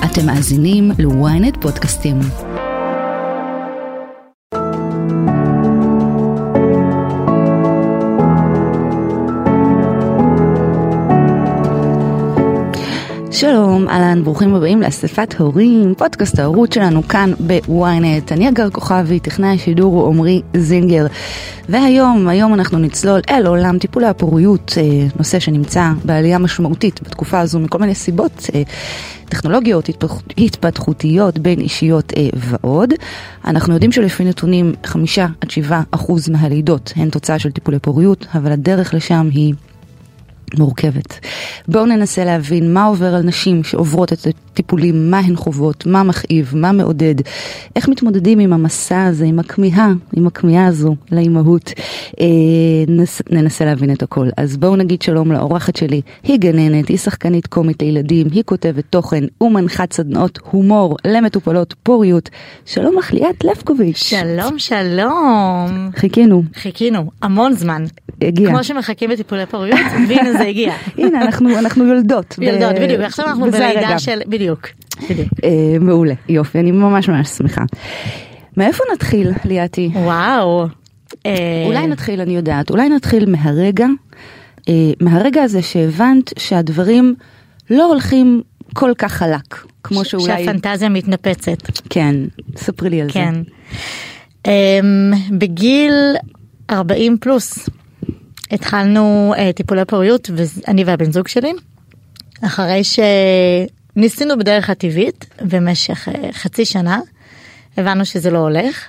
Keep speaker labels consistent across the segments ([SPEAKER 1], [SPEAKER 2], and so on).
[SPEAKER 1] אתם מאזינים ל-ynet פודקאסטים. שלום, אהלן, ברוכים הבאים לאספת הורים, פודקאסט ההורות שלנו כאן ב-ynet. אני אגר כוכבי, טכנאי השידור הוא עמרי זינגר. והיום אנחנו נצלול אל עולם טיפולי הפוריות, נושא שנמצא בעלייה משמעותית בתקופה הזו מכל מיני סיבות טכנולוגיות, התפתחותיות, בין אישיות ועוד. אנחנו יודעים שלפי נתונים 5-7% מהלידות הן תוצאה של טיפולי פוריות, אבל הדרך לשם היא מורכבת. בואו ננסה להבין מה עובר על נשים שעוברות את הטיפולים, מה הן חוות, מה מכאיב, מה מעודד, איך מתמודדים עם המסע הזה, עם הכמיהה הזו לאימהות. ננסה להבין את הכל. אז בואו נגיד שלום לאורחת שלי. היא גננת, היא שחקנית קומית לילדים, היא כותבת תוכן ומנחת סדנאות הומור למטופלות פוריות. שלום לך, ליאת לבקוביץ'.
[SPEAKER 2] שלום. חיכינו המון זמן.
[SPEAKER 1] הגיע.
[SPEAKER 2] כמו שמחכים בטיפולי פוריות, והנה זה הגיע.
[SPEAKER 1] הנה, אנחנו יולדות.
[SPEAKER 2] יולדות, בדיוק. עכשיו אנחנו בלידה של... בדיוק.
[SPEAKER 1] מעולה, יופי, אני ממש שמחה. מאיפה נתחיל, ליאתי?
[SPEAKER 2] וואו.
[SPEAKER 1] אולי נתחיל, אני יודעת, אולי נתחיל מהרגע הזה שהבנת שהדברים לא הולכים כל כך חלק, כמו שאולי...
[SPEAKER 2] שהפנטזיה מתנפצת.
[SPEAKER 1] כן, ספרי לי על
[SPEAKER 2] כן. זה. בגיל 40 פלוס, התחלנו טיפולי פוריות, אני והבן זוג שלי, אחרי שניסינו בדרך הטבעית, במשך חצי שנה, הבנו שזה לא הולך.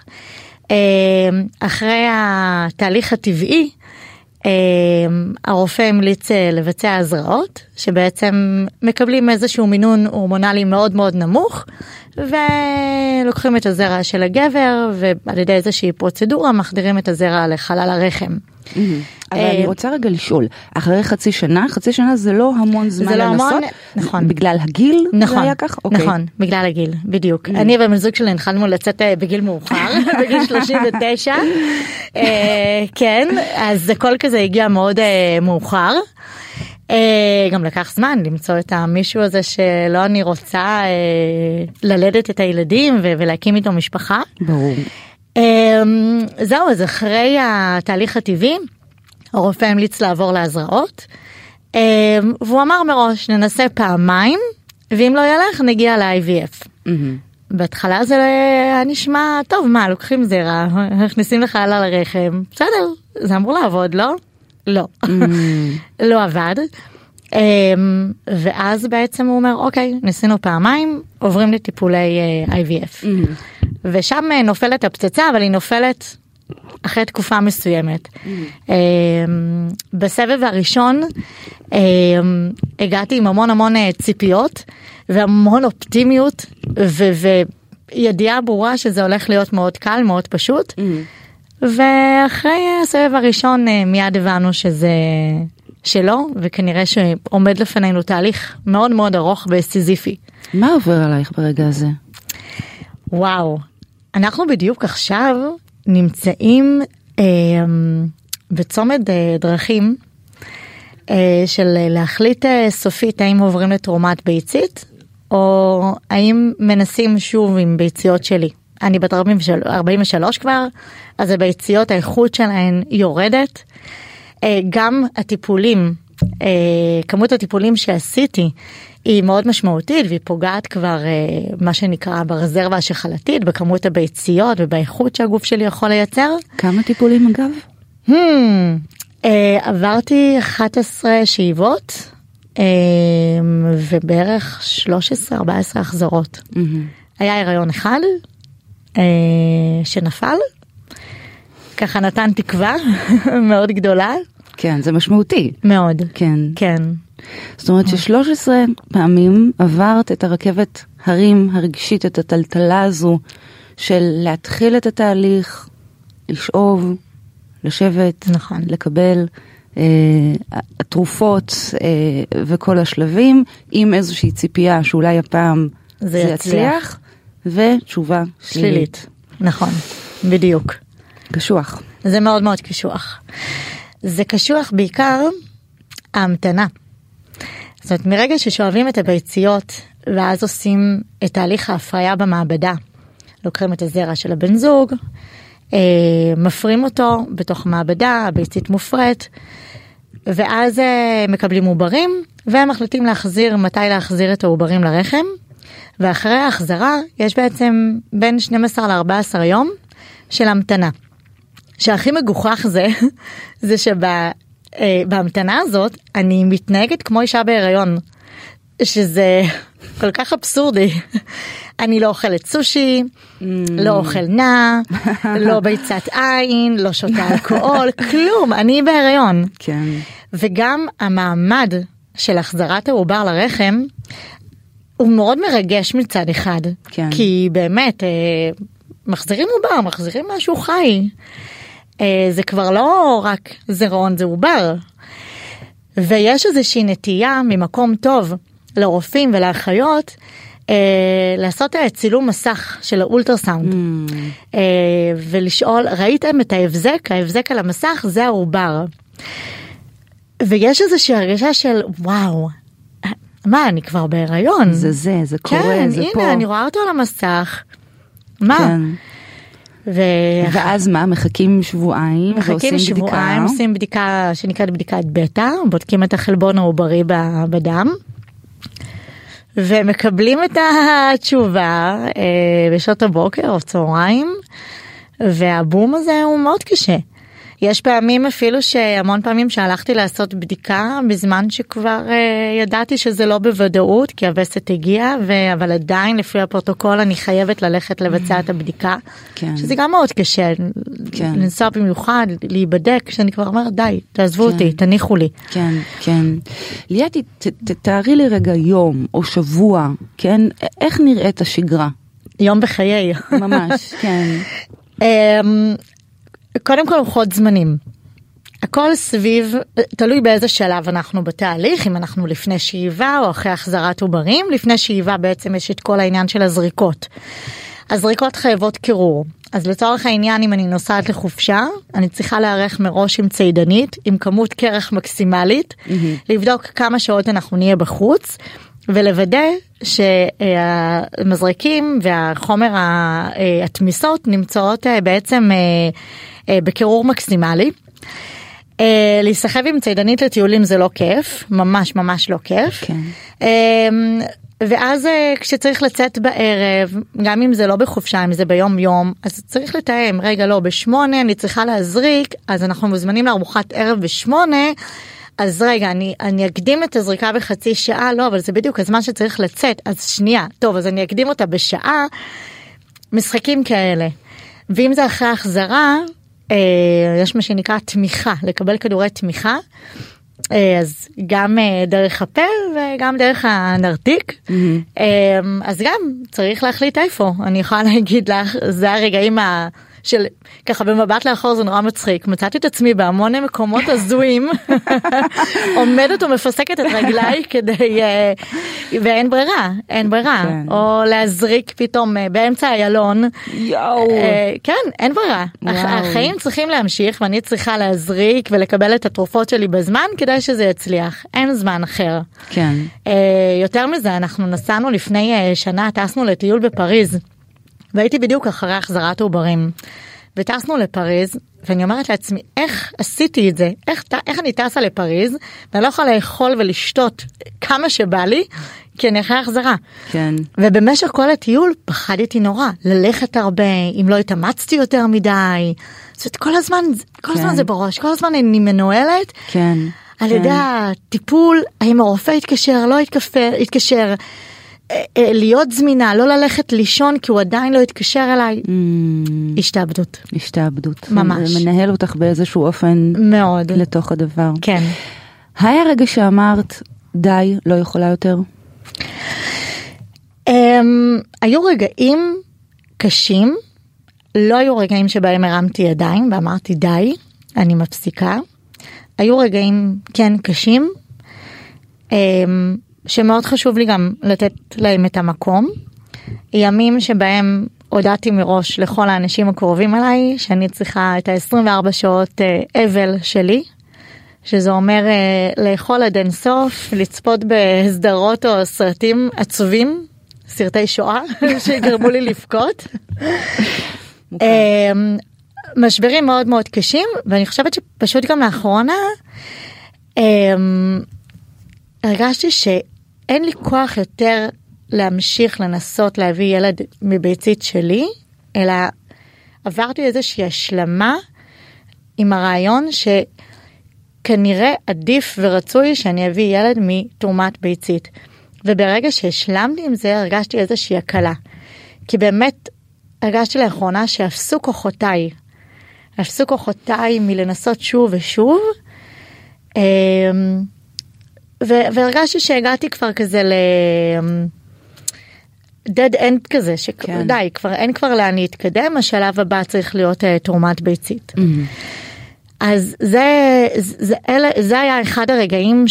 [SPEAKER 2] אחרי התהליך הטבעי, הרופא המליץ לבצע הזרעות, שבעצם מקבלים איזשהו מינון הורמונלי מאוד מאוד נמוך, ולוקחים את הזרע של הגבר, ועל ידי איזושהי פרוצדורה מחדירים את הזרע לחלל הרחם.
[SPEAKER 1] אבל אני רוצה רגע לשאול, אחרי חצי שנה זה לא המון זמן לנסות?
[SPEAKER 2] נכון.
[SPEAKER 1] בגלל הגיל זה היה כך?
[SPEAKER 2] נכון, בגלל הגיל, בדיוק. אני והבן זוג שלי התחלנו לצאת בגיל מאוחר, בגיל 39. כן, אז הכל כזה הגיע מאוד מאוחר. גם לקח זמן למצוא את המישהו הזה שלא אני רוצה ללדת את הילדים ולהקים איתו משפחה.
[SPEAKER 1] ברור.
[SPEAKER 2] זהו, אז אחרי התהליך הטבעי, הרופא המליץ לעבור להזרעות, והוא אמר מראש, ננסה פעמיים, ואם לא ילך, נגיע ל-IVF. בהתחלה זה היה נשמע, טוב, מה, לוקחים זרע, נכנסים לחלל הרחם, בסדר, זה אמור לעבוד, לא? לא. לא עבד. ואז בעצם הוא אומר, אוקיי, ניסינו פעמיים, עוברים לטיפולי IVF. ושם נופלת הפצצה, אבל היא נופלת אחרי תקופה מסוימת. בסבב הראשון הגעתי עם המון ציפיות, והמון אופטימיות, וידיעה ברורה שזה הולך להיות מאוד קל, מאוד פשוט. ואחרי הסבב הראשון מיד הבנו שזה שלא, וכנראה שעומד לפנינו תהליך מאוד מאוד ארוך וסיזיפי.
[SPEAKER 1] מה עובר עלייך ברגע הזה?
[SPEAKER 2] וואו, אנחנו בדיוק עכשיו נמצאים בצומת דרכים של להחליט סופית האם עוברים לתרומת ביצית, או האם מנסים שוב עם ביציות שלי. אני בת 43 כבר, אז הביציות, האיכות שלהן יורדת. גם הטיפולים, כמות הטיפולים שעשיתי היא מאוד משמעותית, והיא פוגעת כבר מה שנקרא ברזרבה השחלתית, בכמות הביציות ובאיכות שהגוף שלי יכול לייצר. כמה
[SPEAKER 1] טיפולים אגב?
[SPEAKER 2] עברתי 11 שאיבות, ובערך 13-14 החזרות. היה הריון אחד, שנפל, ככה נתן תקווה מאוד גדולה.
[SPEAKER 1] כן, זה משמעותי.
[SPEAKER 2] מאוד.
[SPEAKER 1] כן. זאת אומרת ש13 פעמים עברת את הרכבת הרים הרגשית, את הטלטלה הזו של להתחיל את התהליך, לשאוב, לשבת,
[SPEAKER 2] נכון.
[SPEAKER 1] לקבל התרופות וכל השלבים, עם איזושהי ציפייה שאולי הפעם זה יצליח, ותשובה שלילית.
[SPEAKER 2] נכון, בדיוק.
[SPEAKER 1] קשוח.
[SPEAKER 2] זה מאוד מאוד קשוח. זה קשוח בעיקר ההמתנה. זאת אומרת, מרגע ששואבים את הביציות ואז עושים את תהליך ההפריה במעבדה. לוקחים את הזרע של הבן זוג, מפרים אותו בתוך מעבדה, הביצית מופרת, ואז מקבלים עוברים, והם מחליטים מתי להחזיר את העוברים לרחם, ואחרי ההחזרה יש בעצם בין 12 ל-14 יום של המתנה. שהכי מגוחך זה שבהמתנה הזאת אני מתנהגת כמו אישה בהיריון, שזה כל כך אבסורדי. אני לא אוכלת סושי, לא אוכל נע, לא ביצת עין, לא שותה אלכוהול, כלום, אני בהיריון.
[SPEAKER 1] כן.
[SPEAKER 2] וגם המעמד של החזרת העובר לרחם, הוא מאוד מרגש מצד אחד.
[SPEAKER 1] כן.
[SPEAKER 2] כי באמת, מחזירים עובר, מחזירים משהו חי. זה כבר לא רק זרעון, זה עובר. ויש איזושהי נטייה ממקום טוב לרופאים ולאחיות, לעשות צילום מסך של האולטרסאונד, ולשאול, ראיתם את ההבזק על המסך, זה העובר. ויש איזושהי הרגשה של, וואו, מה, אני כבר בהיריון.
[SPEAKER 1] זה קורה,
[SPEAKER 2] כן,
[SPEAKER 1] זה פה.
[SPEAKER 2] כן, הנה, אני רואה אותו על המסך. מה?
[SPEAKER 1] כן. ואז מה, מחכים שבועיים ועושים בדיקה?
[SPEAKER 2] עושים בדיקה שנקראת בדיקת בטא, בודקים את החלבון העוברי בדם, ומקבלים את התשובה בשעות הבוקר או צהריים, והבום הזה הוא מאוד קשה. יש פעמים אפילו שהמון פעמים שהלכתי לעשות בדיקה בזמן שכבר ידעתי שזה לא בוודאות, כי הווסת הגיעה, אבל עדיין לפי הפרוטוקול אני חייבת ללכת לבצע את הבדיקה,
[SPEAKER 1] כן.
[SPEAKER 2] שזה גם מאוד קשה,
[SPEAKER 1] כן.
[SPEAKER 2] לנסוע במיוחד, להיבדק, שאני כבר אומר די, תעזבו כן. אותי, תניחו לי.
[SPEAKER 1] כן, כן. ליאתי, תארי לי רגע יום או שבוע, כן? איך נראית השגרה?
[SPEAKER 2] יום בחיי.
[SPEAKER 1] ממש, כן.
[SPEAKER 2] קודם כל לוחות זמנים. הכל סביב, תלוי באיזה שלב אנחנו בתהליך, אם אנחנו לפני שאיבה או אחרי החזרת עוברים. לפני שאיבה בעצם יש את כל העניין של הזריקות. הזריקות חייבות קירור. אז לצורך העניין, אם אני נוסעת לחופשה, אני צריכה להיערך מראש עם ציידנית, עם כמות קרח מקסימלית, לבדוק כמה שעות אנחנו נהיה בחוץ, ולוודא שהמזרקים והחומר התמיסות נמצאות בעצם בקירור מקסימלי. להיסחב עם ציידנית לטיולים זה לא כיף, ממש ממש לא כיף.
[SPEAKER 1] כן.
[SPEAKER 2] ואז כשצריך לצאת בערב, גם אם זה לא בחופשה, אם זה ביום יום, אז צריך לתאם, רגע לא, ב8 אני צריכה להזריק, אז אנחנו מוזמנים לארוחת ערב ב8, אז רגע, אני אקדים את הזריקה בחצי שעה, לא, אבל זה בדיוק הזמן שצריך לצאת, אז שנייה, טוב, אז אני אקדים אותה בשעה, משחקים כאלה. ואם זה אחרי החזרה, יש מה שנקרא תמיכה, לקבל כדורי תמיכה, אז גם דרך הפה וגם דרך הנרתיק, אז גם צריך להחליט איפה. אני יכולה להגיד לך, זה הרגעים של ככה במבט לאחור זה נורא מצחיק, מצאתי את עצמי בהמון מקומות הזויים, עומדת ומפסקת את רגליי כדי, ואין ברירה, אין ברירה, או להזריק פתאום באמצע הילון, כן, אין ברירה, החיים צריכים להמשיך ואני צריכה להזריק ולקבל את התרופות שלי בזמן כדי שזה יצליח, אין זמן אחר.
[SPEAKER 1] כן.
[SPEAKER 2] יותר מזה, אנחנו נסענו לפני שנה, טסנו לטיול בפריז, והייתי בדיוק אחרי החזרת עוברים, וטסנו לפריז, ואני אומרת לעצמי, איך עשיתי את זה? איך אני טסה לפריז, ואני לא יכולה לאכול ולשתות כמה שבא לי, כי אני אחרי החזרה. כן. ובמשך כל הטיול פחדתי נורא, ללכת הרבה, אם לא התאמצתי יותר מדי. זאת אומרת, כל הזמן זה בראש, כל הזמן אני מנוהלת. כן. על ידי הטיפול, האם הרופא התקשר, לא התקשר, להיות זמינה, לא ללכת לישון, כי הוא עדיין לא התקשר אליי. השתעבדות.
[SPEAKER 1] השתעבדות.
[SPEAKER 2] ממש.
[SPEAKER 1] מנהל אותך באיזשהו אופן.
[SPEAKER 2] מאוד.
[SPEAKER 1] לתוך הדבר.
[SPEAKER 2] כן.
[SPEAKER 1] היה רגע שאמרת, די, לא יכולה יותר?
[SPEAKER 2] היו רגעים קשים, לא היו רגעים שבהם הרמתי ידיים, ואמרתי די, אני מפסיקה. היו רגעים, כן, קשים, שמאוד חשוב לי גם לתת להם את המקום. ימים שבהם הודעתי מראש לכל האנשים הקרובים עליי, שאני צריכה את ה-24 שעות אבל שלי, שזה אומר לאכול עד אין סוף, לצפות בסדרות או סרטים עצובים, סרטי שואה שגרמו לי לבכות. משברים מאוד מאוד קשים, ואני חושבת שפשוט גם לאחרונה הרגשתי שאין לי כוח יותר להמשיך לנסות להביא ילד מביצית שלי, אלא עברתי איזושהי השלמה עם הרעיון שכנראה עדיף ורצוי שאני אביא ילד מתרומת ביצית. וברגע שהשלמתי עם זה הרגשתי איזושהי הקלה. כי באמת הרגשתי לאחרונה שאפסו כוחותיי מלנסות שוב ושוב, והרגשתי שהגעתי כבר כזה dead end כזה, שדי, כבר אין כבר לאן להתקדם, השלב הבא צריך להיות תרומת ביצית. אז זה היה אחד הרגעים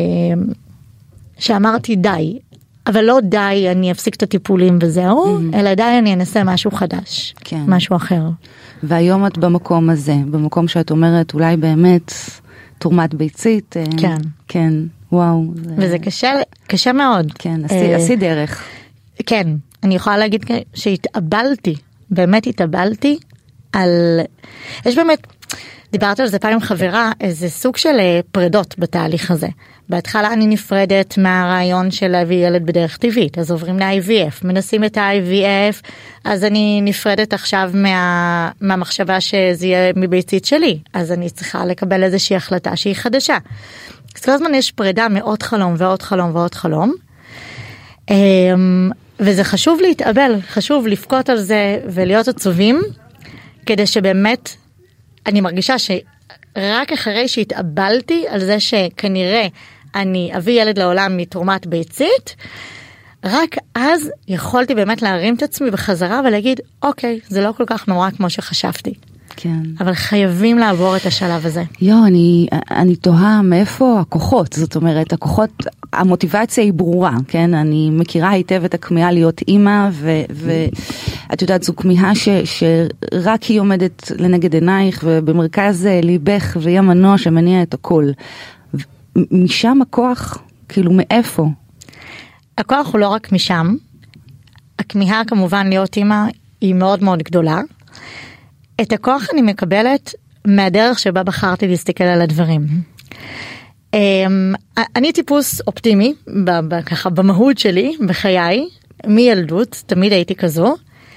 [SPEAKER 2] שאמרתי די, אבל לא די אני אפסיק את הטיפולים וזהו, אלא די אני אנסה משהו חדש, משהו אחר.
[SPEAKER 1] והיום את במקום הזה, במקום שאת אומרת אולי באמת תרומת ביצית.
[SPEAKER 2] כן.
[SPEAKER 1] כן, וואו.
[SPEAKER 2] וזה קשה מאוד.
[SPEAKER 1] כן, עשי דרך.
[SPEAKER 2] כן, אני יכולה להגיד שהתאבלתי, באמת התאבלתי על, יש באמת, דיברת על זה פעם עם חברה, איזה סוג של פרדות בתהליך הזה. בהתחלה אני נפרדת מהרעיון של להביא ילד בדרך טבעית, אז עוברים ל-IVF, מנסים את ה-IVF, אז אני נפרדת עכשיו מהמחשבה שזה יהיה מביצית שלי, אז אני צריכה לקבל איזושהי החלטה שהיא חדשה. אז כל הזמן יש פרידה מעוד חלום ועוד חלום ועוד חלום, וזה חשוב להתאבל, חשוב לפקוט על זה ולהיות עצובים, כדי שבאמת אני מרגישה שרק אחרי שהתאבלתי על זה שכנראה אני אביא ילד לעולם מתרומת ביצית, רק אז יכולתי באמת להרים את עצמי בחזרה ולהגיד, אוקיי, זה לא כל כך נורא כמו שחשבתי.
[SPEAKER 1] כן.
[SPEAKER 2] אבל חייבים לעבור את השלב הזה.
[SPEAKER 1] אני תוהה מאיפה הכוחות, זאת אומרת, המוטיבציה היא ברורה, כן? אני מכירה היטב את הכמיהה להיות אימא, ואת יודעת, זו כמיהה שרק היא עומדת לנגד עינייך, ובמרכז ליבך ויהיה מנוע שמניע את הכל. משם הכוח, כאילו מאיפה?
[SPEAKER 2] הכוח הוא לא רק משם. הכמיהה כמובן להיות אימא היא מאוד מאוד גדולה. את הכוח אני מקבלת מהדרך שבה בחרתי להסתכל על הדברים. אני טיפוס אופטימי, ככה במהות שלי, בחיי, מילדות, תמיד הייתי כזו,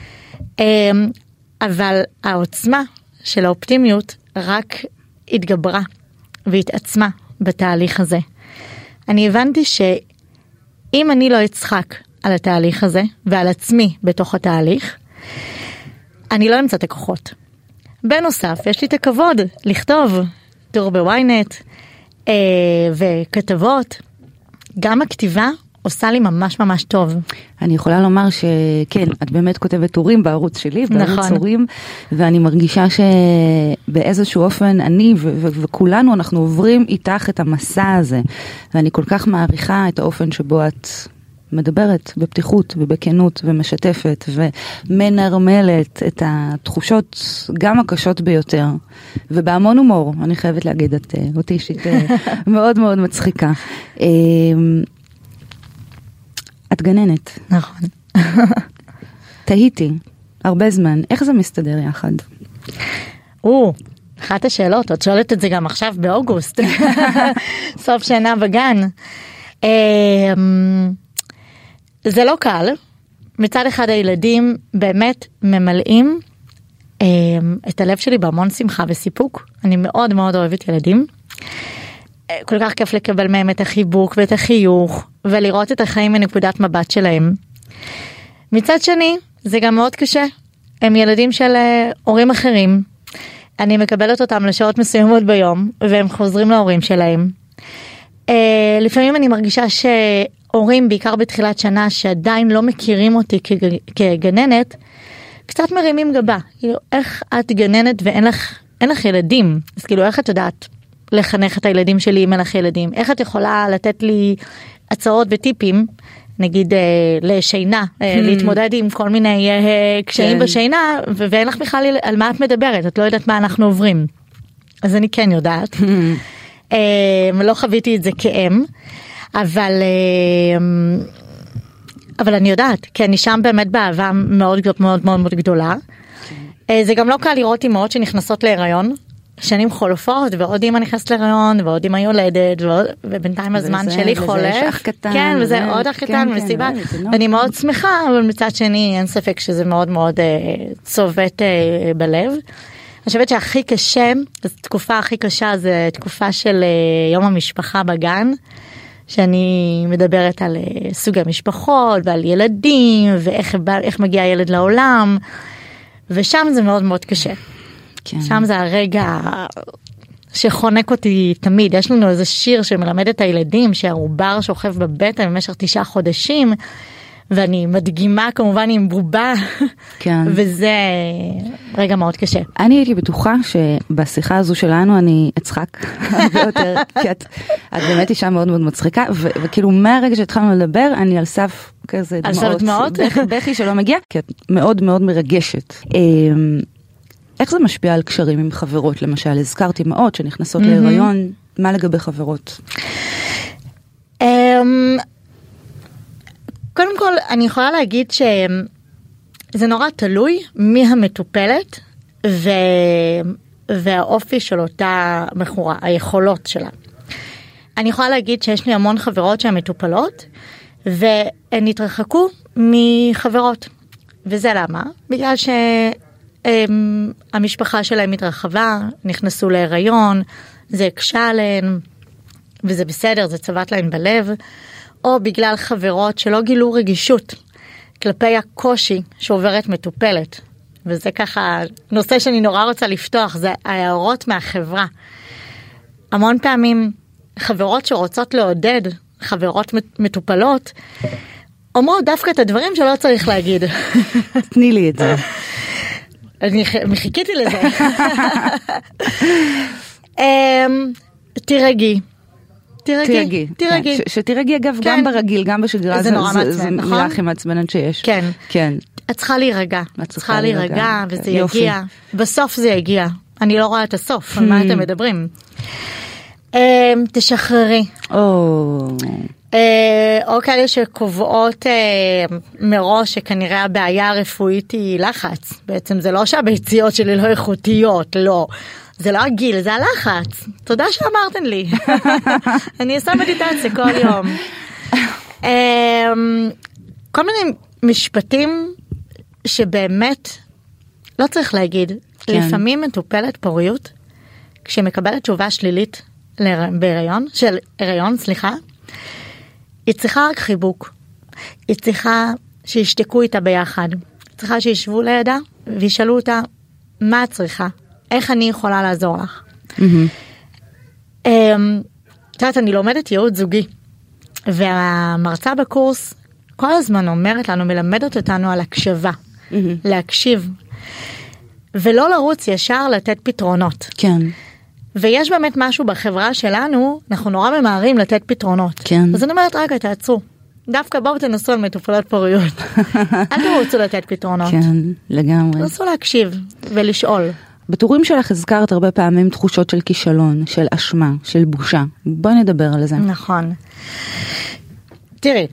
[SPEAKER 2] אבל העוצמה של האופטימיות רק התגברה והתעצמה בתהליך הזה. אני הבנתי שאם אני לא אצחק על התהליך הזה ועל עצמי בתוך התהליך, אני לא אמצא את הכוחות. בנוסף, יש לי את הכבוד לכתוב טור בוויינט וכתבות. גם הכתיבה עושה לי ממש ממש טוב.
[SPEAKER 1] אני יכולה לומר שכן, את באמת כותבת טורים בערוץ שלי, בערוץ הורים, ואני מרגישה שבאיזשהו אופן אני וכולנו אנחנו עוברים איתך את המסע הזה, ואני כל כך מעריכה את האופן שבו את מדברת בפתיחות ובכנות ומשתפת ומנרמלת את התחושות גם הקשות ביותר, ובהמון הומור, אני חייבת להגיד, את אותי אישית מאוד מאוד מצחיקה. את גננת.
[SPEAKER 2] נכון.
[SPEAKER 1] תהיתי הרבה זמן, איך זה מסתדר יחד?
[SPEAKER 2] אחת השאלות, את שואלת את זה גם עכשיו באוגוסט, סוף שנה בגן. זה לא קל. מצד אחד הילדים באמת ממלאים את הלב שלי בהמון שמחה וסיפוק. אני מאוד מאוד אוהבת ילדים. כל כך כיף לקבל מהם את החיבוק ואת החיוך, ולראות את החיים מנקודת מבט שלהם. מצד שני, זה גם מאוד קשה. הם ילדים של הורים אחרים. אני מקבלת אותם לשעות מסוימות ביום, והם חוזרים להורים שלהם. לפעמים אני מרגישה שהורים, בעיקר בתחילת שנה, שעדיין לא מכירים אותי כגננת, קצת מרימים גבה. כאילו, איך את גננת ואין לך ילדים? אז כאילו, איך את יודעת לחנך את הילדים שלי אם אין לך ילדים? איך את יכולה לתת לי הצעות וטיפים, נגיד לשינה, להתמודד עם כל מיני קשיים בשינה, ואין לך בכלל על מה את מדברת, את לא יודעת מה אנחנו עוברים. אז אני כן יודעת. לא חוויתי את זה כאם, אבל אני יודעת, כי אני שם באמת באהבה מאוד מאוד מאוד מאוד גדולה. זה גם לא קל לראות אמהות שנכנסות להיריון, שנים חולפות, ועוד אמא נכנסת להיריון, ועוד אמא יולדת, ובינתיים הזמן שלי חולף.
[SPEAKER 1] וזה אח קטן.
[SPEAKER 2] כן, וזה עוד אח קטן, מסיבה. ואני מאוד שמחה, אבל מצד שני אין ספק שזה מאוד מאוד צובט בלב. אני חושבת שהכי קשה, התקופה הכי קשה זה תקופה של יום המשפחה בגן, שאני מדברת על סוג המשפחות ועל ילדים ואיך מגיע הילד לעולם, ושם זה מאוד מאוד קשה. כן. שם זה הרגע שחונק אותי תמיד. יש לנו איזה שיר שמלמד את הילדים שהעובר שוכב בבטן במשך 9 חודשים, ואני מדגימה כמובן עם בובה, כן. וזה רגע מאוד קשה.
[SPEAKER 1] אני הייתי בטוחה שבשיחה הזו שלנו אני אצחק הרבה יותר, כי את באמת אישה מאוד מאוד מצחיקה, וכאילו מהרגע שהתחלנו לדבר, אני על סף כזה דמעות, בכי שלא מגיע, כי את מאוד מאוד מרגשת. איך זה משפיע על קשרים עם חברות? למשל, הזכרתי מאוד שנכנסות להיריון, מה לגבי חברות?
[SPEAKER 2] קודם כל, אני יכולה להגיד שזה נורא תלוי מי המטופלת והאופי של אותה בחורה, היכולות שלה. אני יכולה להגיד שיש לי המון חברות שהן מטופלות, והן התרחקו מחברות. וזה למה? בגלל שהמשפחה שלהם התרחבה, נכנסו להיריון, זה הקשה עליהן, וזה בסדר, זה צבט להן בלב, או בגלל חברות שלא גילו רגישות כלפי הקושי שעוברת מטופלת. וזה ככה נושא שאני נורא רוצה לפתוח, זה ההערות מהחברה. המון פעמים חברות שרוצות לעודד חברות מטופלות, אומרות דווקא את הדברים שלא צריך להגיד.
[SPEAKER 1] תני לי את זה.
[SPEAKER 2] אני חיכיתי לזה. תירגי.
[SPEAKER 1] שתירגי אגב גם ברגיל, גם בשגרה, זה מילה הכי מעצבנת שיש.
[SPEAKER 2] כן. את צריכה להירגע. וזה יגיע. בסוף זה יגיע. אני לא רואה את הסוף, על מה אתם מדברים. תשחררי. או כאלה שקובעות מראש שכנראה הבעיה הרפואית היא לחץ. בעצם זה לא שהביציות שלי לא איכותיות, לא. זה לא הגיל, זה הלחץ. תודה שאמרתן לי. אני אעשה מדיטציה כל יום. כל מיני משפטים שבאמת לא צריך להגיד. לפעמים מטופלת פוריות, כשמקבלת תשובה שלילית בהיריון, של הריון, היא צריכה רק חיבוק. היא צריכה שישתקו איתה ביחד. היא צריכה שישבו לידה וישאלו אותה מה את צריכה. איך אני יכולה לעזור לך? תראה, אני לומדת ייעוץ זוגי, והמרצה בקורס כל הזמן אומרת לנו, מלמדת אותנו על הקשבה, להקשיב, ולא לרוץ ישר לתת פתרונות.
[SPEAKER 1] כן.
[SPEAKER 2] ויש באמת משהו בחברה שלנו, אנחנו נורא ממהרים לתת פתרונות.
[SPEAKER 1] כן.
[SPEAKER 2] אז אני אומרת, רגע, תעצרו. דווקא בואו תנסו על מטופלות פוריות. אל תרוצו לתת פתרונות.
[SPEAKER 1] כן, לגמרי.
[SPEAKER 2] תנסו להקשיב ולשאול.
[SPEAKER 1] בתורים שלך הזכרת הרבה פעמים תחושות של כישלון, של אשמה, של בושה. בואי נדבר על זה.
[SPEAKER 2] נכון. תראי,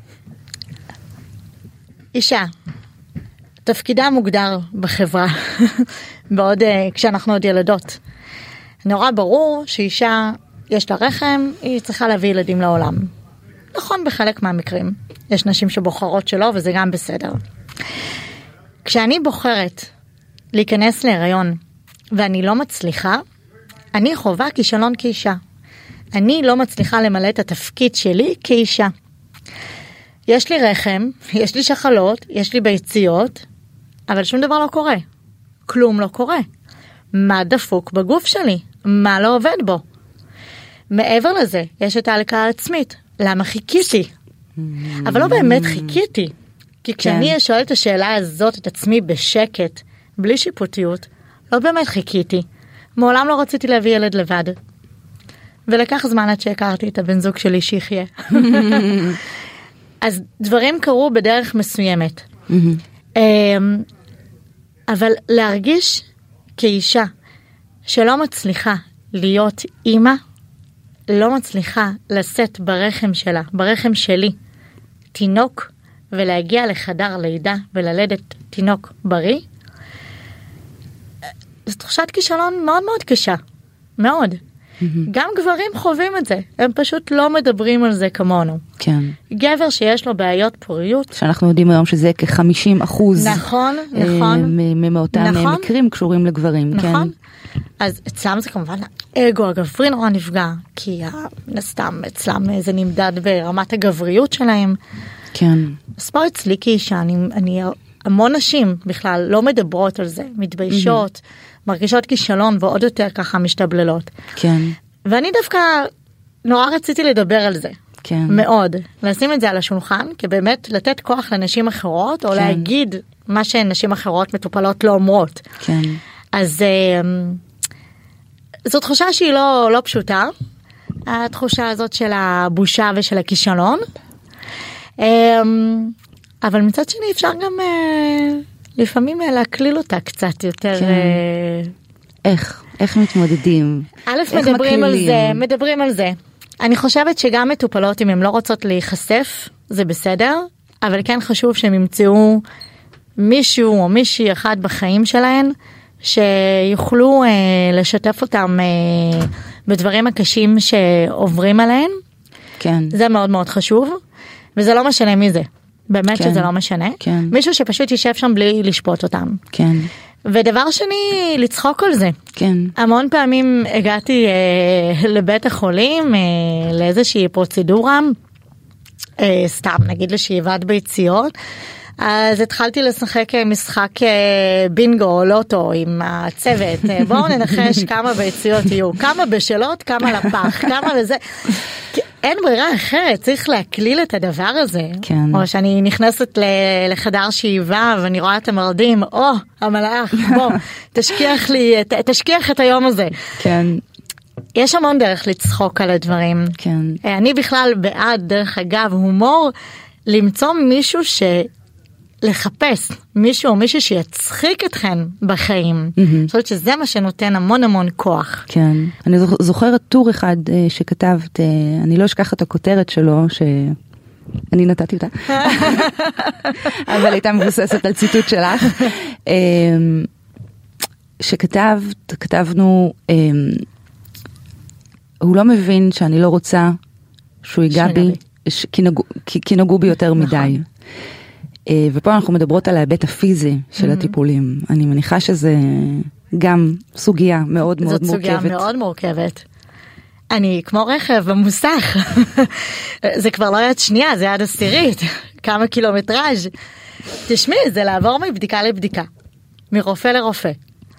[SPEAKER 2] אישה, תפקידה מוגדר בחברה, בעוד כשאנחנו עוד ילדות. נורא ברור שאישה יש לה רחם, היא צריכה להביא ילדים לעולם. נכון בחלק מהמקרים. יש נשים שבוחרות שלא, וזה גם בסדר. כשאני בוחרת להיכנס להיריון, ואני לא מצליחה, אני חווה כישלון כאישה. אני לא מצליחה למלא את התפקיד שלי כאישה. יש לי רחם, יש לי שחלות, יש לי ביציות, אבל שום דבר לא קורה. כלום לא קורה. מה דפוק בגוף שלי? מה לא עובד בו? מעבר לזה, יש את ההלקאה העצמית. למה חיכיתי? אבל לא באמת חיכיתי. כי כשאני שואלת את השאלה הזאת את עצמי בשקט, בלי שיפוטיות, לא באמת חיכיתי. מעולם לא רציתי להביא ילד לבד. ולקח זמן עד שהכרתי את הבן זוג שלי שיחיה. אז דברים קרו בדרך מסוימת. אבל להרגיש כאישה שלא מצליחה להיות אימא, לא מצליחה לשאת ברחם שלה, ברחם שלי, תינוק, ולהגיע לחדר לידה וללדת תינוק בריא, זו תחושת כישלון מאוד מאוד קשה. מאוד. גם גברים חווים את זה, הם פשוט לא מדברים על זה כמונו.
[SPEAKER 1] כן.
[SPEAKER 2] גבר שיש לו בעיות פוריות.
[SPEAKER 1] שאנחנו יודעים היום שזה כ-50%.
[SPEAKER 2] נכון, נכון.
[SPEAKER 1] מאותם
[SPEAKER 2] נכון.
[SPEAKER 1] מקרים קשורים לגברים.
[SPEAKER 2] נכון.
[SPEAKER 1] כן.
[SPEAKER 2] אז אצלם זה כמובן האגו הגברי נורא נפגע, כי סתם אצלם זה נמדד ברמת הגבריות שלהם.
[SPEAKER 1] כן.
[SPEAKER 2] ספר אצלי כאישה, אני המון נשים בכלל לא מדברות על זה, מתביישות, מרגישות כישלון ועוד יותר ככה משתבללות.
[SPEAKER 1] כן.
[SPEAKER 2] ואני דווקא נורא רציתי לדבר על זה.
[SPEAKER 1] כן.
[SPEAKER 2] מאוד. לשים את זה על השולחן, כי באמת לתת כוח לנשים אחרות, או להגיד מה שנשים אחרות מטופלות לא אומרות.
[SPEAKER 1] כן.
[SPEAKER 2] אז זו תחושה שהיא לא פשוטה, התחושה הזאת של הבושה ושל הכישלון. אבל מצד שני אפשר גם לפעמים להקליל אותה קצת יותר.
[SPEAKER 1] כן. איך מתמודדים?
[SPEAKER 2] מדברים על זה. אני חושבת שגם מטופלות, אם הן לא רוצות להיחשף, זה בסדר, אבל כן חשוב שהם ימצאו מישהו או מישהי אחד בחיים שלהן, שיוכלו לשתף אותם בדברים הקשים שעוברים עליהן.
[SPEAKER 1] כן.
[SPEAKER 2] זה מאוד מאוד חשוב, וזה לא משנה מי זה. באמת
[SPEAKER 1] כן.
[SPEAKER 2] שזה לא משנה.
[SPEAKER 1] כן.
[SPEAKER 2] מישהו שפשוט יישב שם בלי לשפוט אותם.
[SPEAKER 1] כן.
[SPEAKER 2] ודבר שני, לצחוק על זה.
[SPEAKER 1] כן.
[SPEAKER 2] המון פעמים הגעתי לבית החולים, לאיזושהי פרוצדורה, סתם נגיד לשאיבת ביציות, אז התחלתי לשחק משחק בינגו או לוטו עם הצוות. בואו ננחש כמה ביציות יהיו, כמה בשלות, כמה לפח, כמה לזה. אין ברירה אחרת, צריך להקליל את הדבר הזה.
[SPEAKER 1] כן.
[SPEAKER 2] או שאני נכנסת לחדר שאיבה ואני רואה את המרדים, המלאך, בוא, תשכיח את היום הזה.
[SPEAKER 1] כן.
[SPEAKER 2] יש המון דרך לצחוק על הדברים.
[SPEAKER 1] כן.
[SPEAKER 2] אני בכלל בעד, דרך אגב, הומור, למצוא מישהו לחפש מישהו או מישהו שיצחיק אתכם בחיים. אני חושבת שזה מה שנותן המון המון כוח.
[SPEAKER 1] כן. אני זוכרת טור אחד שכתבת, אני לא אשכח את הכותרת שלו, שאני נתתי אותה, אבל הייתה מבוססת על ציטוט שלך, שכתבנו, הוא לא מבין שאני לא רוצה שהוא ייגע בי, כי נגעו בי יותר מדי. ופה אנחנו מדברות על ההיבט הפיזי של הטיפולים. אני מניחה שזה גם סוגיה מאוד מאוד מורכבת.
[SPEAKER 2] זאת סוגיה מאוד מורכבת. אני כמו רכב במוסך. זה כבר לא יד שנייה, זה יד עשירית. כמה קילומטראז'. תשמעי, זה לעבור מבדיקה לבדיקה. מרופא לרופא.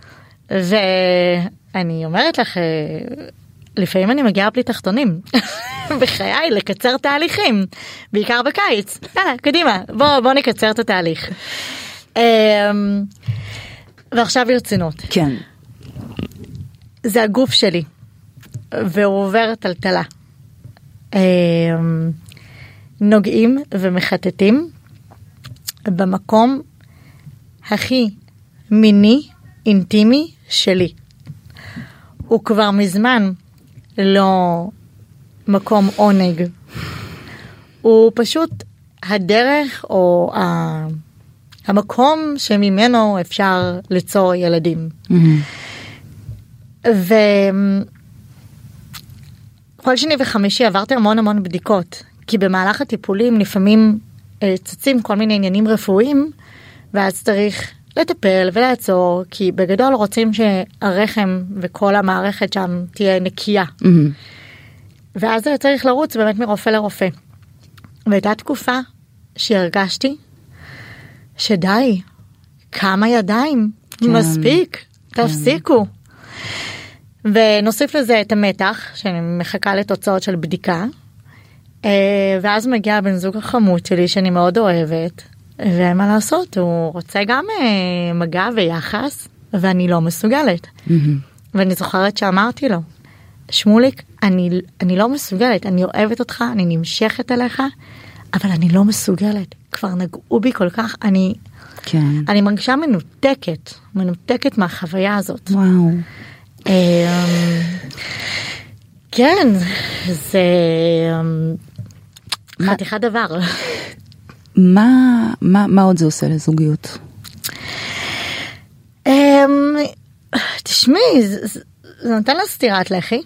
[SPEAKER 2] ואני אומרת לך, לפעמים אני מגיעה בלי תחתונים. בחיי, לקצר תהליכים. בעיקר בקיץ. יאללה, קדימה. בוא נקצר את התהליך. ועכשיו ברצינות.
[SPEAKER 1] כן.
[SPEAKER 2] זה הגוף שלי. והוא עובר טלטלה. נוגעים ומחטטים במקום הכי מיני, אינטימי שלי. הוא כבר מזמן לא מקום עונג. הוא פשוט הדרך או המקום שממנו אפשר ליצור ילדים. וכל שני וחמישי עברתי המון בדיקות, כי במהלך הטיפולים לפעמים צצים כל מיני עניינים רפואיים, ואז צריך לטפל ולעצור, כי בגדול רוצים שהרחם וכל המערכת שם תהיה נקייה. ואז צריך לרוץ באמת מרופא לרופא. והייתה תקופה שהרגשתי שדי, כמה ידיים, מספיק, תפסיקו. ונוסיף לזה את המתח, שאני מחכה לתוצאות של בדיקה, ואז מגיע בן זוג החמוד שלי שאני מאוד אוהבת, ומה לעשות, הוא רוצה גם מגע ויחס, ואני לא מסוגלת. ואני זוכרת שאמרתי לו, שמוליק, אני לא מסוגלת, אני אוהבת אותך, אני נמשכת אליך, אבל אני לא מסוגלת. כבר נגעו בי כל כך, אני מרגישה מנותקת מהחוויה הזאת.
[SPEAKER 1] וואו.
[SPEAKER 2] כן, זה חתיכת דבר.
[SPEAKER 1] מה עוד זה עושה לזוגיות?
[SPEAKER 2] תשמעי, זה נותן לה סטירת לחי.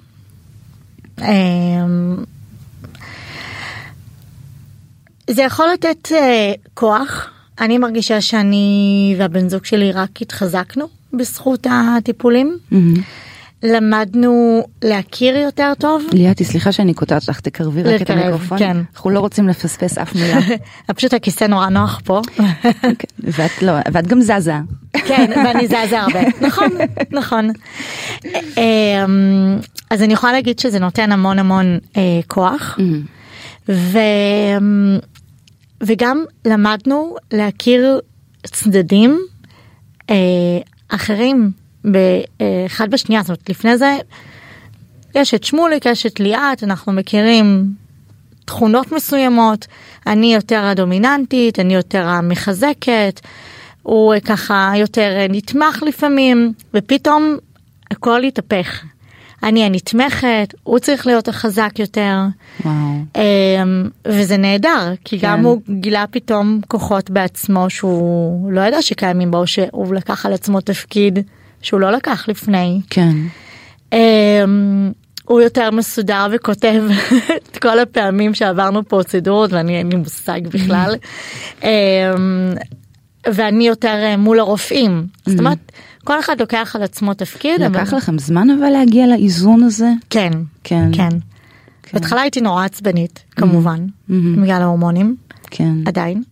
[SPEAKER 2] זה יכול לתת כוח. אני מרגישה שאני והבן זוג שלי רק התחזקנו בזכות הטיפולים. למדנו להכיר יותר טוב.
[SPEAKER 1] ליאתי, סליחה שאני קוטעת לך, תקרבי רק את המיקרופון.
[SPEAKER 2] כן.
[SPEAKER 1] אנחנו לא רוצים לפספס אף מילה.
[SPEAKER 2] פשוט הכיסא נורא נוח פה.
[SPEAKER 1] ואת גם זזה.
[SPEAKER 2] כן, ואני זזה הרבה. נכון, נכון. אז אני יכולה להגיד שזה נותן המון המון כוח. וגם למדנו להכיר צדדים אחרים באחד בשנייה. זאת אומרת, לפני זה יש את שמוליק, יש את ליאת, אנחנו מכירים תכונות מסוימות, אני יותר הדומיננטית, אני יותר המחזקת, הוא ככה יותר נתמך לפעמים, ופתאום הכל יתהפך. אני הנתמכת, הוא צריך להיות החזק יותר.
[SPEAKER 1] וואו.
[SPEAKER 2] וזה נהדר, כי
[SPEAKER 1] כן.
[SPEAKER 2] גם הוא גילה פתאום כוחות בעצמו שהוא לא ידע שקיימים בו, שהוא לקח על עצמו תפקיד שהוא לא לקח לפני.
[SPEAKER 1] כן.
[SPEAKER 2] הוא יותר מסודר וכותב את כל הפעמים שעברנו פרוצדורות, ואני אין לי מושג בכלל. ואני יותר מול הרופאים. זאת אומרת, כל אחד לוקח על עצמו תפקיד.
[SPEAKER 1] לקח לכם זמן אבל להגיע לאיזון הזה?
[SPEAKER 2] כן, כן. בהתחלה הייתי נורא עצבנית, כמובן, בגלל ההורמונים.
[SPEAKER 1] כן.
[SPEAKER 2] עדיין.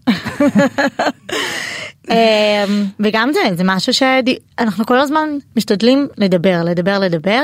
[SPEAKER 2] וגם זה משהו שאנחנו כל הזמן משתדלים לדבר.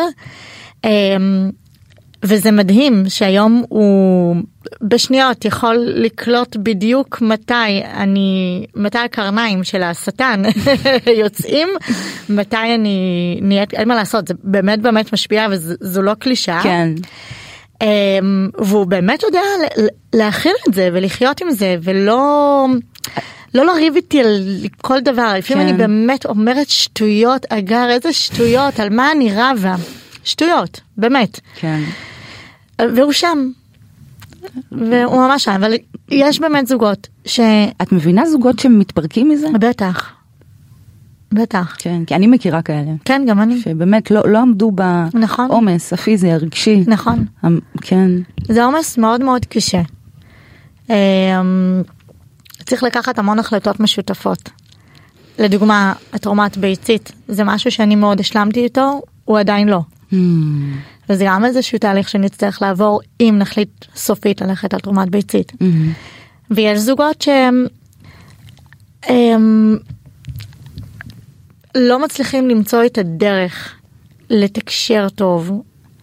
[SPEAKER 2] וזה מדהים שהיום הוא בשניות יכול לקלוט בדיוק מתי הקרניים של השטן יוצאים, מתי אני נהיית, אין מה לעשות, זה באמת באמת משפיע וזו לא קלישה.
[SPEAKER 1] כן.
[SPEAKER 2] והוא באמת יודע להכיל את זה ולחיות עם זה ולא לריב איתי על כל דבר. לפעמים אני באמת אומרת שטויות, אגר, איזה שטויות, על מה אני רבה. שטויות, באמת.
[SPEAKER 1] כן.
[SPEAKER 2] והוא שם. והוא ממש שם, אבל יש באמת זוגות
[SPEAKER 1] את מבינה זוגות שמתפרקים מזה?
[SPEAKER 2] בטח. בטח.
[SPEAKER 1] כן, כי אני מכירה כאלה.
[SPEAKER 2] כן, גם אני.
[SPEAKER 1] שבאמת לא עמדו בעומס הפיזי, הרגשי.
[SPEAKER 2] נכון.
[SPEAKER 1] כן.
[SPEAKER 2] זה עומס מאוד מאוד קשה. צריך לקחת המון החלטות משותפות. לדוגמה, התרומת ביצית, זה משהו שאני מאוד השלמתי איתו, הוא עדיין לא. וזה גם איזשהו תהליך שנצטרך לעבור אם נחליט סופית ללכת על תרומת ביצית. ויש זוגות שהם לא מצליחים למצוא את הדרך לתקשר טוב.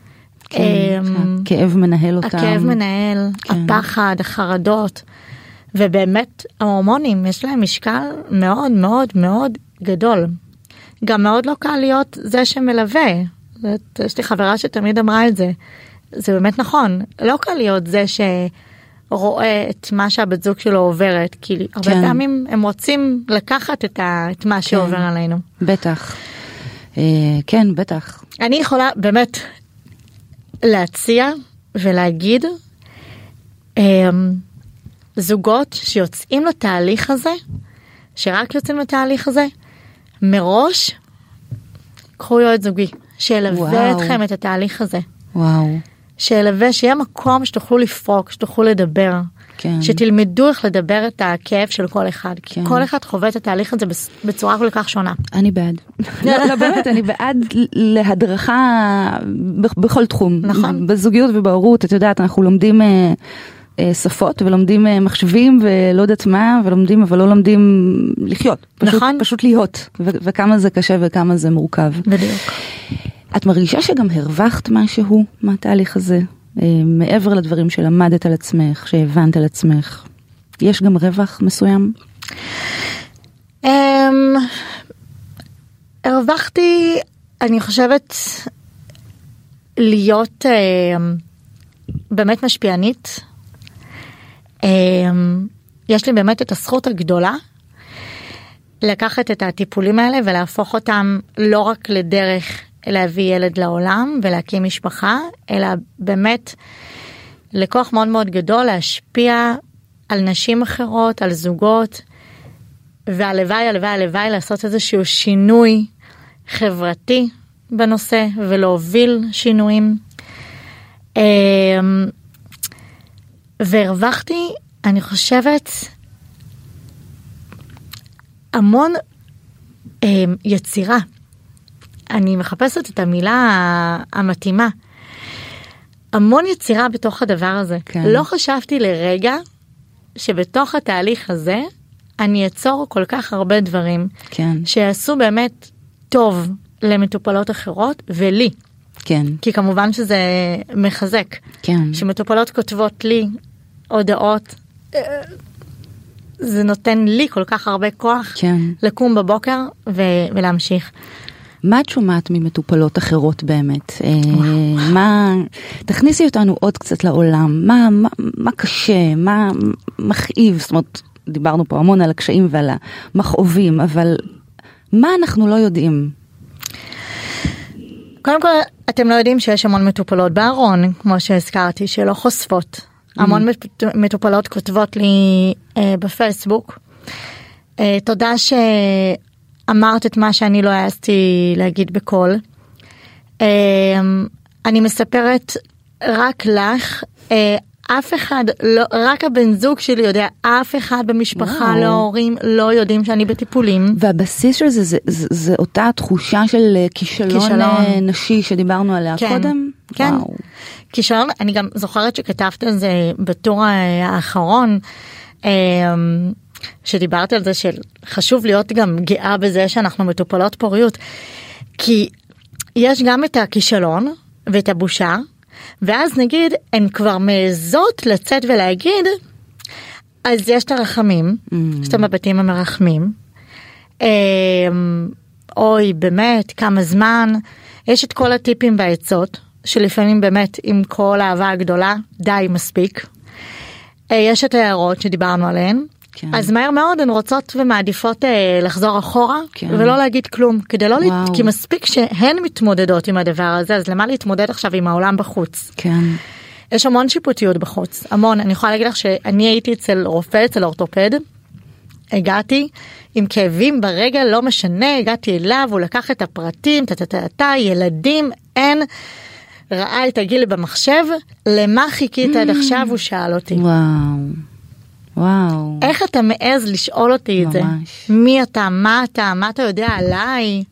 [SPEAKER 1] הכאב מנהל אותם.
[SPEAKER 2] הכאב מנהל, הפחד, החרדות. ובאמת ההורמונים יש להם משקל מאוד מאוד מאוד גדול. גם מאוד לא קל להיות זה שמלווה. יש לי חברה שתמיד אמרה את זה. זה באמת נכון. לא קל להיות זה שרואה את מה שהבת זוג שלו עוברת. כי הרבה פעמים הם רוצים לקחת את מה שעובר עלינו.
[SPEAKER 1] בטח. כן, בטח.
[SPEAKER 2] אני יכולה באמת להציע ולהגיד זוגות שיוצאים לתהליך הזה, שרק יוצאים לתהליך הזה, מראש קחו יועץ זוגי, שילווה אתכם את התהליך הזה.
[SPEAKER 1] וואו.
[SPEAKER 2] שילווה, שיהיה מקום שתוכלו לפרוק, שתוכלו לדבר.
[SPEAKER 1] כן.
[SPEAKER 2] שתלמדו איך לדבר את הכאב של כל אחד. כי כל אחד חווה את התהליך הזה בצורה כל כך שונה.
[SPEAKER 1] אני בעד. לא, באמת, אני בעד להדרכה בכל תחום.
[SPEAKER 2] נכון.
[SPEAKER 1] בזוגיות ובהורות, את יודעת, אנחנו לומדים שפות ולומדים מחשבים ולא יודעת מה, ולומדים, אבל לא לומדים לחיות.
[SPEAKER 2] נכון.
[SPEAKER 1] פשוט להיות. וכמה זה קשה וכמה זה מורכב.
[SPEAKER 2] בדיוק.
[SPEAKER 1] את מרגישה שגם הרווחת משהו מהתהליך הזה? מעבר לדברים שלמדת על עצמך, שהבנת על עצמך. יש גם רווח מסוים?
[SPEAKER 2] הרווחתי, אני חושבת, להיות באמת משפיענית. יש לי באמת את הזכות הגדולה לקחת את הטיפולים האלה ולהפוך אותם לא רק לדרך להביא ילד לעולם ולהקים משפחה, אלא באמת לכוח מאוד מאוד גדול להשפיע על נשים אחרות, על זוגות, והלוואי, הלוואי, הלוואי לעשות איזשהו שינוי חברתי בנושא ולהוביל שינויים. והרווחתי, אני חושבת, המון יצירה. אני מחפשת את המילה המתאימה. המון יצירה בתוך הדבר הזה. כן. לא חשבתי לרגע שבתוך התהליך הזה אני אצור כל כך הרבה דברים. כן. שיעשו באמת טוב למטופלות אחרות ולי.
[SPEAKER 1] כן.
[SPEAKER 2] כי כמובן שזה מחזק.
[SPEAKER 1] כן.
[SPEAKER 2] שמטופלות כותבות לי הודעות, זה נותן לי כל כך הרבה כוח. כן. לקום בבוקר ולהמשיך.
[SPEAKER 1] מה את שומעת ממטופלות אחרות באמת? תכניסי אותנו עוד קצת לעולם. מה קשה? מה מכאיב? זאת אומרת, דיברנו פה המון על הקשיים ועל המכאובים, אבל מה אנחנו לא יודעים?
[SPEAKER 2] קודם כל, אתם לא יודעים שיש המון מטופלות בארון, כמו שהזכרתי, שלא חושפות. המון מטופלות כותבות לי בפייסבוק. תודה שאמרת את מה שאני לא העזתי להגיד בקול. אני מספרת רק לך, אף אחד, לא, רק הבן זוג שלי יודע, אף אחד במשפחה, לא ההורים, לא יודעים שאני בטיפולים.
[SPEAKER 1] והבסיס של זה אותה תחושה של כישלון נשי שדיברנו עליה קודם?
[SPEAKER 2] כן, כישלון, אני גם זוכרת שכתבת על זה בטור האחרון, שדיברת על זה שחשוב להיות גם גאה בזה שאנחנו מטופלות פוריות, כי יש גם את הכישלון ואת הבושה, ואז נגיד, הן כבר מעזות לצאת ולהגיד, אז יש את הרחמים, יש את המבטים המרחמים, אוי באמת, כמה זמן, יש את כל הטיפים והעצות, שלפעמים באמת עם כל האהבה הגדולה, די מספיק, יש את ההערות שדיברנו עליהן, כן. אז מהר מאוד הן רוצות ומעדיפות לחזור אחורה, כן. ולא להגיד כלום, כדי לא כי מספיק שהן מתמודדות עם הדבר הזה, אז למה להתמודד עכשיו עם העולם בחוץ?
[SPEAKER 1] כן.
[SPEAKER 2] יש המון שיפוטיות בחוץ, המון. אני יכולה להגיד לך שאני הייתי אצל רופא, אצל אורתופד, הגעתי עם כאבים ברגל, לא משנה, הגעתי אליו, הוא לקח את הפרטים, ילדים, אין, ראה את הגיל במחשב, למה חיכית עד עכשיו, הוא שאל אותי.
[SPEAKER 1] וואו.
[SPEAKER 2] איך אתה מעז לשאול אותי את זה? מי אתה? מה אתה יודע עליי?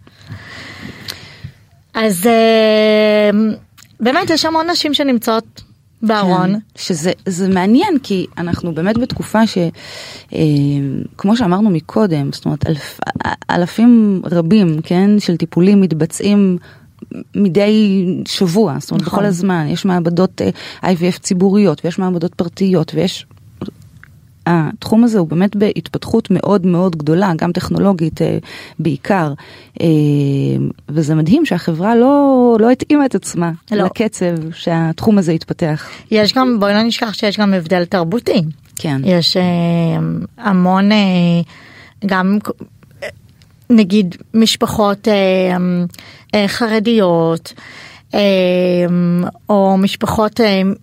[SPEAKER 2] אז באמת יש המון נשים שנמצאות בארון.
[SPEAKER 1] שזה מעניין, כי אנחנו באמת בתקופה כמו שאמרנו מקודם, זאת אומרת, אלפים רבים, כן, של טיפולים מתבצעים מדי שבוע, זאת אומרת, בכל הזמן. יש מעבדות IVF ציבוריות, ויש מעבדות פרטיות, ויש התחום הזה הוא באמת בהתפתחות מאוד מאוד גדולה, גם טכנולוגית בעיקר, וזה מדהים שהחברה לא התאימה את עצמה לקצב שהתחום הזה יתפתח.
[SPEAKER 2] יש גם, בואי לא נשכח שיש גם הבדל תרבותי.
[SPEAKER 1] כן.
[SPEAKER 2] יש המון, גם נגיד משפחות חרדיות, או משפחות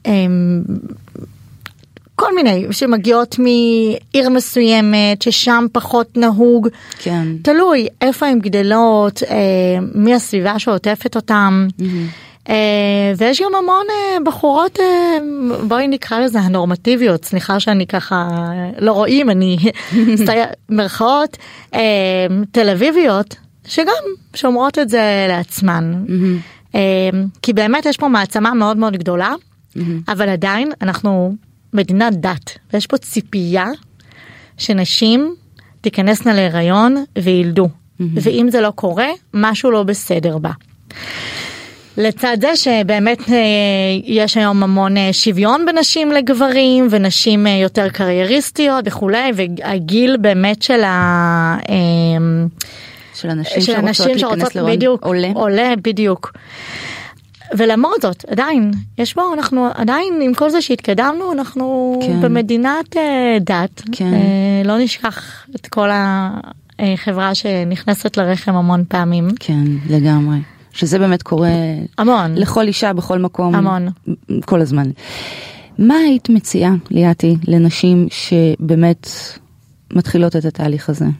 [SPEAKER 2] כל מיני שמגיעות מעיר מסוימת, ששם פחות נהוג.
[SPEAKER 1] כן.
[SPEAKER 2] תלוי איפה הן גדלות, מי הסביבה שעוטפת אותם. ויש גם המון בחורות, בואי נקרא לזה הנורמטיביות, סליחה שאני ככה לא רואים, אני מרכאות, תל אביביות, שגם שומרות את זה לעצמן. כי באמת יש פה מעצמה מאוד מאוד גדולה, אבל עדיין אנחנו מדינת דת, ויש פה ציפייה שנשים תיכנסנה להיריון וילדו. ואם זה לא קורה, משהו לא בסדר בה. לצד זה שבאמת יש היום המון שוויון בנשים לגברים, ונשים יותר קרייריסטיות וכולי, והגיל באמת של
[SPEAKER 1] הנשים שרוצות להיריון
[SPEAKER 2] עולה בדיוק. ולמרות זאת, עדיין, יש בו, אנחנו עדיין, עם כל זה שהתקדמנו, אנחנו כן. במדינת דת, כן. לא נשכח את כל החברה שנכנסת לרחם המון פעמים.
[SPEAKER 1] כן, לגמרי. שזה באמת קורה
[SPEAKER 2] המון.
[SPEAKER 1] לכל אישה בכל מקום.
[SPEAKER 2] המון.
[SPEAKER 1] כל הזמן. מה היית מציעה, ליאתי, לנשים שבאמת מתחילות את התהליך הזה?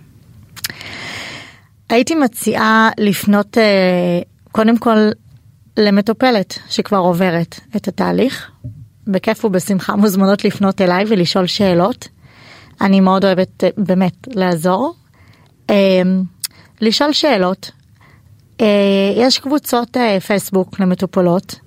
[SPEAKER 2] הייתי מציעה לפנות קודם כל למטופלת שכבר עוברת את התהליך. בכיף ובשמחה מוזמנות לפנות אליי ולשאול שאלות. אני מאוד אוהבת באמת לעזור. לשאול שאלות. יש קבוצות פייסבוק למטופלות.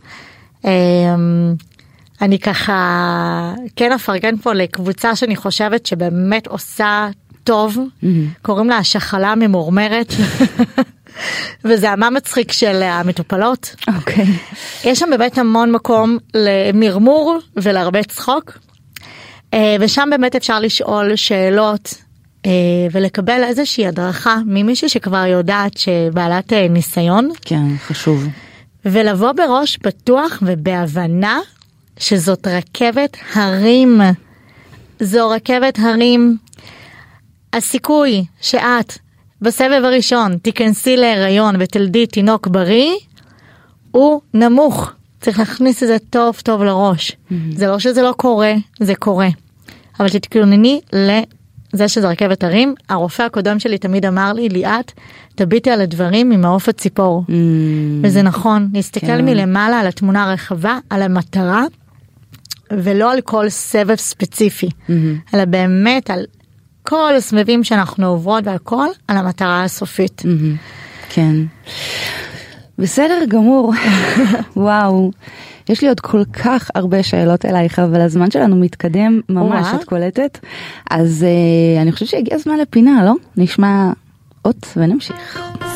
[SPEAKER 2] אני ככה כן אפרגן פה לקבוצה שאני חושבת שבאמת עושה טוב. קוראים לה השחלה ממורמרת. וזה המה מצחיק של המטופלות.
[SPEAKER 1] אוקיי.
[SPEAKER 2] יש שם באמת המון מקום למרמור ולהרבה צחוק. ושם באמת אפשר לשאול שאלות ולקבל איזושהי הדרכה ממישהי שכבר יודעת שבעלת ניסיון.
[SPEAKER 1] כן, חשוב.
[SPEAKER 2] ולבוא בראש פתוח ובהבנה שזאת רכבת הרים. זו רכבת הרים. הסיכוי שאת בסבב הראשון תיכנסי להיריון ותלדי תינוק בריא הוא נמוך. צריך להכניס את זה טוב טוב לראש. זה לא שזה לא קורה, זה קורה. אבל תתכונני לזה שזה רכבת הרים. הרופא הקודם שלי תמיד אמר לי, ליאת, תביטי על הדברים ממעוף הציפור. וזה נכון, נסתכל מלמעלה על התמונה הרחבה, על המטרה, ולא על כל סבב ספציפי, אלא באמת על כל הסבבים שאנחנו עוברות ועל כל, על המטרה הסופית.
[SPEAKER 1] כן. בסדר גמור. וואו. יש לי עוד כל כך הרבה שאלות אלייך, אבל הזמן שלנו מתקדם ממש, את קולטת. אז אני חושבת שהגיע הזמן לפינה, לא? נשמע אות ונמשיך.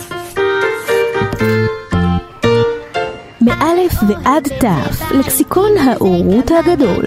[SPEAKER 3] מאלף ועד תף, לקסיקון האורות הגדול.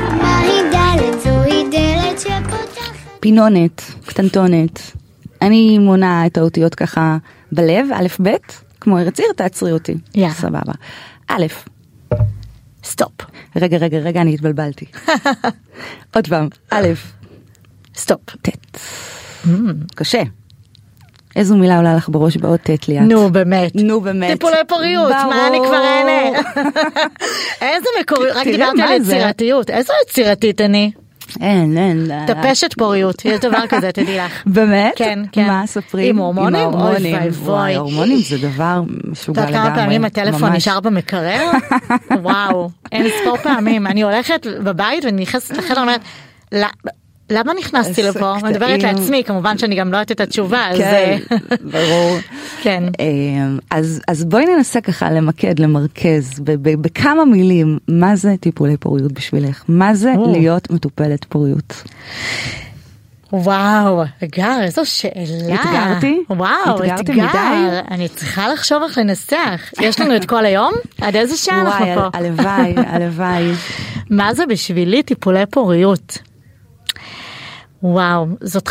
[SPEAKER 1] פינונת, קטנטונת. אני מונה את האותיות ככה בלב, א' ב', כמו ארץ עיר, תעצרי אותי. סבבה. א',
[SPEAKER 2] סטופ.
[SPEAKER 1] רגע, אני התבלבלתי. עוד פעם, א',
[SPEAKER 2] סטופ.
[SPEAKER 1] ת'. קשה. איזו מילה עולה לך בראש באות ת' ליאת?
[SPEAKER 2] נו באמת.
[SPEAKER 1] טיפולי
[SPEAKER 2] פוריות, מה אני כבר אענה? איזה מקורי, רק דיברתי על יצירתיות. איזו יצירתית אני?
[SPEAKER 1] אין.
[SPEAKER 2] טפשת פוריות, יש דבר כזה, תדעי לך.
[SPEAKER 1] באמת?
[SPEAKER 2] כן.
[SPEAKER 1] מה, ספרים?
[SPEAKER 2] עם הורמונים?
[SPEAKER 1] וואי, הורמונים זה דבר משוגע לגמרי.
[SPEAKER 2] כמה פעמים הטלפון נשאר במקרר? וואו, אין ספור פעמים. אני הולכת בבית ואני נכנסת לחדר ואומרת, למה נכנסתי לפה? מדברת לעצמי, כמובן שאני גם לא יודעת את התשובה.
[SPEAKER 1] כן, ברור.
[SPEAKER 2] כן.
[SPEAKER 1] אז בואי ננסה ככה למרכז בכמה מילים, מה זה טיפולי פוריות בשבילך? מה זה להיות מטופלת פוריות?
[SPEAKER 2] וואו, אתגר, איזו שאלה.
[SPEAKER 1] התגרתי?
[SPEAKER 2] וואו, אתגר. אני צריכה לחשוב איך לנסח. יש לנו את כל היום? עד איזה שעה אנחנו פה?
[SPEAKER 1] הלוואי.
[SPEAKER 2] מה זה בשבילי טיפולי פוריות? וואו, זאת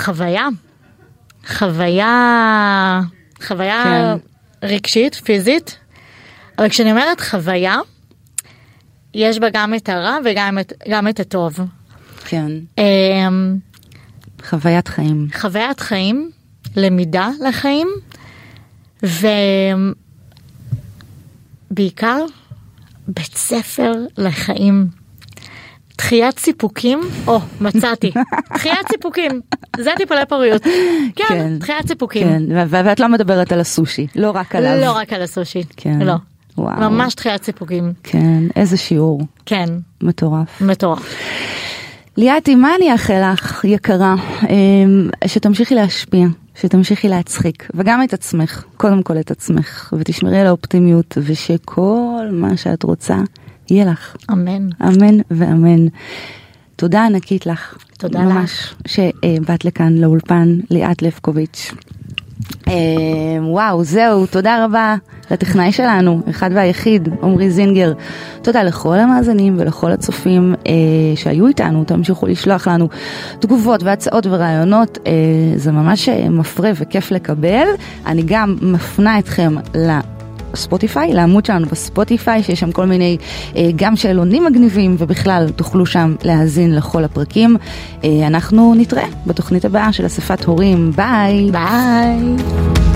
[SPEAKER 2] חוויה רגשית, פיזית, אבל כשאני אומרת חוויה, יש בה גם את הרע וגם את הטוב.
[SPEAKER 1] כן. חוויית חיים,
[SPEAKER 2] למידה לחיים, ובעיקר בית ספר לחיים. דחיית סיפוקים, מצאתי, דחיית סיפוקים, זה טיפולי פוריות, כן, דחיית סיפוקים.
[SPEAKER 1] כן, ואת לא מדברת על הסושי, לא רק עליו.
[SPEAKER 2] לא רק על הסושי, לא,
[SPEAKER 1] וואו.
[SPEAKER 2] ממש דחיית סיפוקים.
[SPEAKER 1] כן, איזה שיעור.
[SPEAKER 2] כן.
[SPEAKER 1] מטורף.
[SPEAKER 2] ליאתי,
[SPEAKER 1] מה אני אאחל לך, יקרה, שתמשיכי להשפיע, שתמשיכי להצחיק, וגם את עצמך, קודם כל את עצמך, ותשמרי על האופטימיות, ושכל מה שאת רוצה, יהיה לך.
[SPEAKER 2] אמן.
[SPEAKER 1] אמן ואמן. תודה ענקית לך.
[SPEAKER 2] תודה לך.
[SPEAKER 1] ממש שבאת לכאן לאולפן, ליאת לבקוביץ'. וואו, זהו, תודה רבה לטכנאי שלנו, אחד והיחיד, עומרי זינגר. תודה לכל המאזינים ולכל הצופים שהיו איתנו, תמשיכו לשלוח לנו תגובות והצעות ורעיונות, זה ממש מפרה וכיף לקבל. אני גם מפנה אתכם ספוטיפיי, לעמוד שלנו בספוטיפיי, שיש שם כל מיני גם שאלונים מגניבים, ובכלל תוכלו שם להאזין לכל הפרקים. אנחנו נתראה בתוכנית הבאה של אספת הורים. ביי.
[SPEAKER 2] ביי.